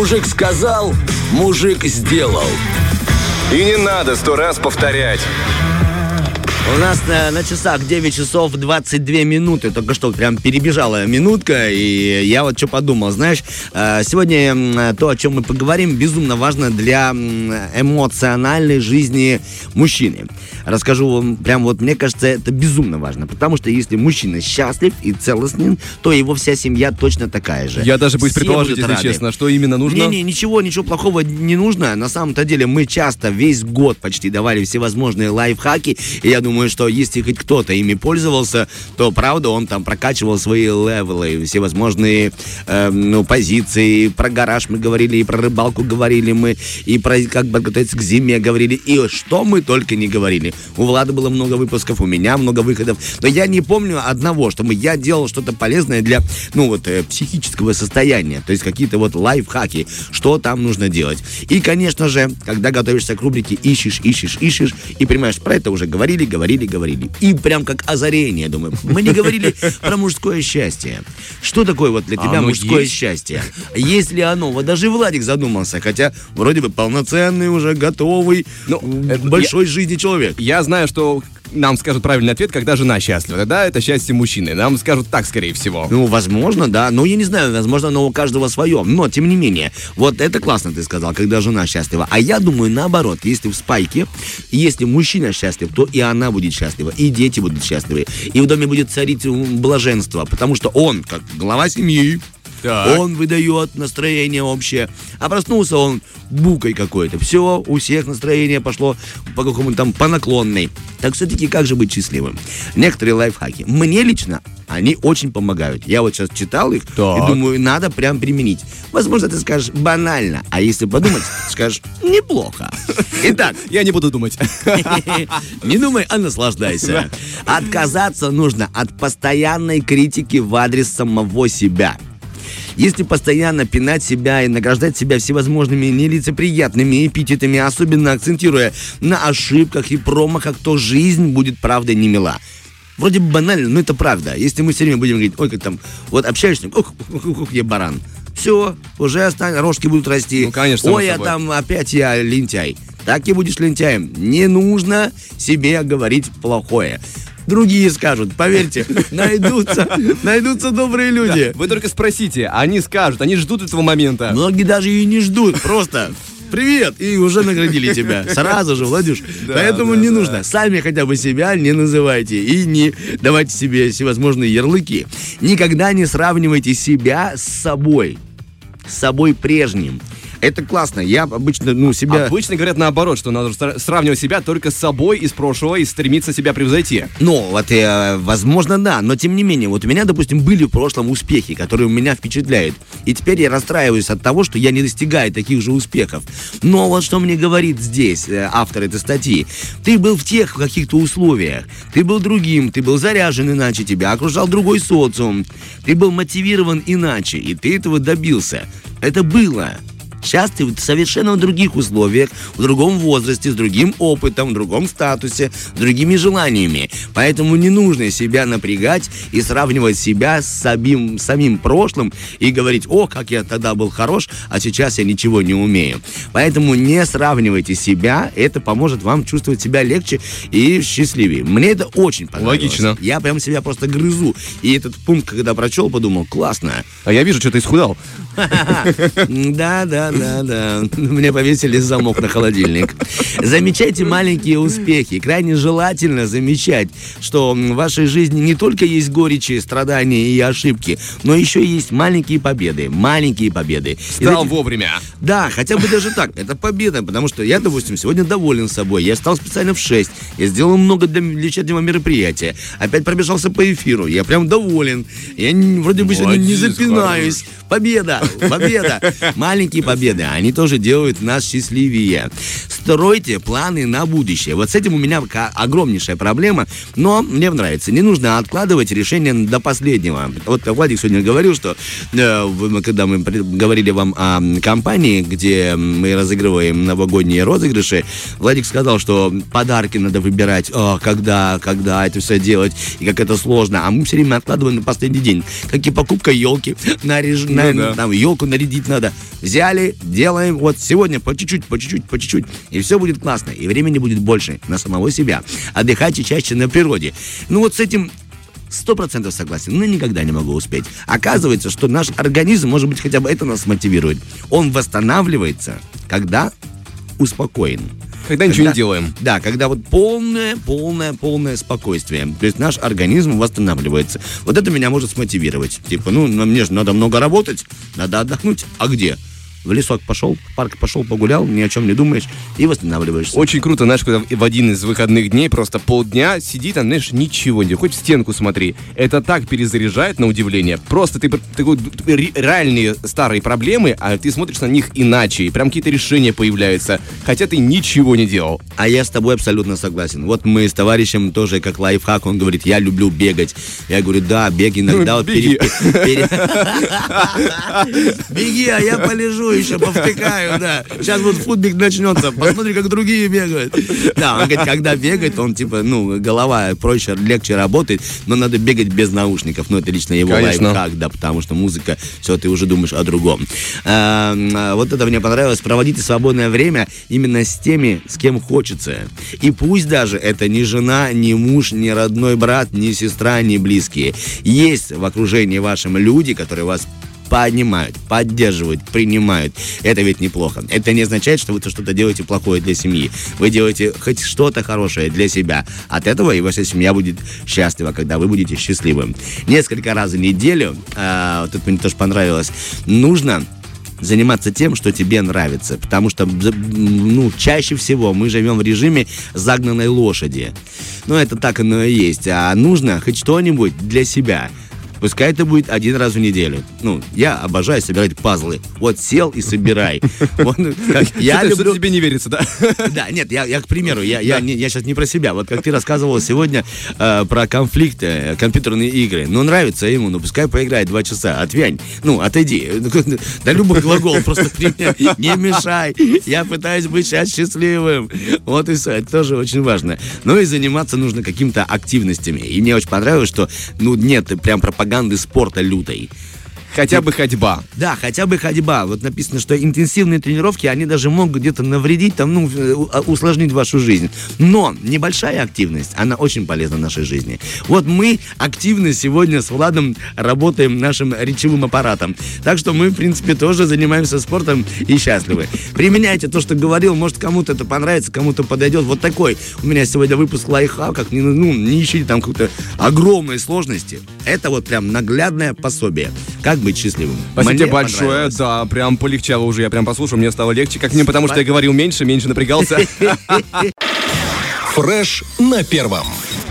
Мужик сказал, мужик сделал. И не надо 100 раз повторять. У нас на часах 9 часов 22 минуты. Только что прям перебежала минутка. И я вот что подумал. Знаешь, сегодня то, о чем мы поговорим, безумно важно для эмоциональной жизни мужчины. Расскажу вам, прям вот мне кажется, это безумно важно. Потому что если мужчина счастлив и целостен, то его вся семья точно такая же. Я даже боюсь Все предположить, будут если рады. честно, что именно нужно. Ничего плохого не нужно. На самом-то деле мы часто весь год почти давали всевозможные лайфхаки. И я думаю, что если хоть кто-то ими пользовался, то правда он там прокачивал свои левелы, всевозможные позиции. Про гараж мы говорили, и про рыбалку говорили мы, и про как подготовиться к зиме говорили, и что мы только не говорили. У Влада было много выпусков, у меня много выходов. Но я не помню одного, чтобы я делал что-то полезное для, психического состояния. То есть какие-то вот лайфхаки, что там нужно делать. И, конечно же, когда готовишься к рубрике, ищешь, и понимаешь, про это уже говорили. И прям как озарение, думаю. Мы не говорили про мужское счастье. Что такое вот для тебя мужское есть? Счастье? Есть ли оно? Вот даже Владик задумался, хотя вроде бы полноценный уже, готовый, большой жизни человек. Я знаю, что нам скажут правильный ответ, когда жена счастлива. Тогда это счастье мужчины. Нам скажут так, скорее всего. Возможно, да. Я не знаю, возможно, оно у каждого свое. Но, тем не менее, вот это классно ты сказал, когда жена счастлива. А я думаю, наоборот, если в спайке, если мужчина счастлив, то и она будет счастлива, и дети будут счастливы. И в доме будет царить блаженство, потому что он, как глава семьи, Так. он выдает настроение общее. А проснулся он букой какой-то. Все, у всех настроение пошло по какому-то там, по наклонной. Так все-таки как же быть счастливым? Некоторые лайфхаки. Мне лично они очень помогают. Я вот сейчас читал их и думаю, надо прям применить. Возможно, ты скажешь банально, а если подумать, скажешь неплохо. Итак, Я не буду думать. не думай, а наслаждайся. Отказаться нужно от постоянной критики в адрес самого себя. Если постоянно пинать себя и награждать себя всевозможными нелицеприятными эпитетами, особенно акцентируя на ошибках и промахах, то жизнь будет, правда, не мила. Вроде бы банально, но это правда. Если мы все время будем говорить, ой, как там, вот общаешься, я баран. Все, уже рожки будут расти. Конечно, ой, я там опять я лентяй. Так и будешь лентяем. Не нужно себе говорить плохое. Другие скажут, поверьте, найдутся добрые люди. Вы только спросите, они скажут, они ждут этого момента. Многие даже и не ждут, просто привет, и уже наградили тебя. Сразу же, Владюш. Поэтому не нужно. Сами хотя бы себя не называйте и не давайте себе всевозможные ярлыки. Никогда не сравнивайте себя с собой прежним. Это классно. Я обычно, себя... Обычно говорят наоборот, что надо сравнивать себя только с собой из прошлого и стремиться себя превзойти. Возможно, да. Но, тем не менее, вот у меня, допустим, были в прошлом успехи, которые меня впечатляют. И теперь я расстраиваюсь от того, что я не достигаю таких же успехов. Но вот что мне говорит здесь автор этой статьи. Ты был в тех каких-то условиях. Ты был другим, ты был заряжен иначе, тебя окружал другой социум. Ты был мотивирован иначе, и ты этого добился. Это было. Сейчас ты в совершенно других условиях, в другом возрасте, с другим опытом, в другом статусе, с другими желаниями. Поэтому не нужно себя напрягать и сравнивать себя с самим прошлым и говорить, как я тогда был хорош, а сейчас я ничего не умею. Поэтому не сравнивайте себя, это поможет вам чувствовать себя легче и счастливее. Мне это очень понравилось. Логично. Я прям себя просто грызу. И этот пункт, когда прочел, подумал, классно. А я вижу, что ты исхудал. Да. Мне повесили замок на холодильник. Замечайте маленькие успехи. Крайне желательно замечать, что в вашей жизни не только есть горечи, страдания и ошибки, но еще есть маленькие победы. Встал вовремя. Да, хотя бы даже так. Это победа, потому что я, допустим, сегодня доволен собой. Я встал специально в 6. Я сделал много для вечернего мероприятия. Опять пробежался по эфиру. Я прям доволен. Я вроде бы сегодня не запинаюсь. Победа. Маленькие победы, они тоже делают нас счастливее. Стройте планы на будущее. Вот с этим у меня огромнейшая проблема, но мне нравится. Не нужно откладывать решение до последнего. Вот Владик сегодня говорил, что когда мы говорили вам о компании, где мы разыгрываем новогодние розыгрыши, Владик сказал, что подарки надо выбирать, когда это все делать, и как это сложно. А мы все время откладываем на последний день. Как и покупка елки, елку нарядить надо. Взяли, мы делаем вот сегодня по чуть-чуть, и все будет классно, и времени будет больше на самого себя. Отдыхайте чаще на природе. Ну вот с этим 100% согласен, но никогда не могу успеть. Оказывается, что наш организм, может быть, хотя бы это нас мотивирует. Он восстанавливается, когда успокоен. Когда ничего не делаем. Да, когда вот полное спокойствие. То есть наш организм восстанавливается. Вот это меня может смотивировать. Типа, мне же надо много работать, надо отдохнуть. А где? В лесок пошел, в парк пошел, погулял, ни о чем не думаешь и восстанавливаешься. Очень круто, знаешь, когда в один из выходных дней просто полдня сиди там, знаешь, ничего не делай, хоть в стенку смотри. Это так перезаряжает, на удивление. Просто ты такой реальные старые проблемы, а ты смотришь на них иначе, и прям какие-то решения появляются, хотя ты ничего не делал. А я с тобой абсолютно согласен. Вот мы с товарищем тоже как лайфхак, он говорит, я люблю бегать. Я говорю, да, бег иногда. Беги. Беги, а я полежу. Еще повтыкаю, да. Сейчас вот футбик начнется. Посмотри, как другие бегают. Да, он говорит, когда бегает, он типа, голова проще, легче работает, но надо бегать без наушников. Это лично его лайфхак, да, потому что музыка, все, ты уже думаешь о другом. Вот это мне понравилось. Проводите свободное время именно с теми, с кем хочется. И пусть даже это не жена, не муж, не родной брат, не сестра, не близкие. Есть в окружении вашем люди, которые вас понимают, поддерживают, принимают. Это ведь неплохо. Это не означает, что вы что-то делаете плохое для семьи. Вы делаете хоть что-то хорошее для себя. От этого и ваша семья будет счастлива, когда вы будете счастливым. Несколько раз в неделю, вот это мне тоже понравилось, нужно заниматься тем, что тебе нравится. Потому что, чаще всего мы живем в режиме загнанной лошади. Это так оно и есть. А нужно хоть что-нибудь для себя. Пускай это будет один раз в неделю. Я обожаю собирать пазлы. Вот сел и собирай. Я люблю... Тебе не верится, да? Да, нет, я к примеру, я сейчас не про себя. Вот как ты рассказывал сегодня про конфликты, компьютерные игры. Нравится ему, пускай поиграет 2 часа. Отвянь, отойди. Да любой глагол, просто не мешай. Я пытаюсь быть сейчас счастливым. Вот и все, это тоже очень важно. И заниматься нужно какими-то активностями. И мне очень понравилось, что, нет прям пропаганды спорта лютой. Хотя бы ходьба. Да, хотя бы ходьба. Вот написано, что интенсивные тренировки, они даже могут где-то навредить, усложнить вашу жизнь. Но небольшая активность, она очень полезна в нашей жизни. Вот мы активно сегодня с Владом работаем нашим речевым аппаратом. Так что мы, в принципе, тоже занимаемся спортом и счастливы. Применяйте то, что говорил, может, кому-то это понравится, кому-то подойдет. Вот такой у меня сегодня выпуск лайфхаков. Не ищите там какой-то огромной сложности. Это вот прям наглядное пособие. Как быть счастливым. Спасибо тебе большое. Да, прям полегчало уже. Я прям послушал, мне стало легче. Как мне, потому что я говорил меньше напрягался. Фреш на первом.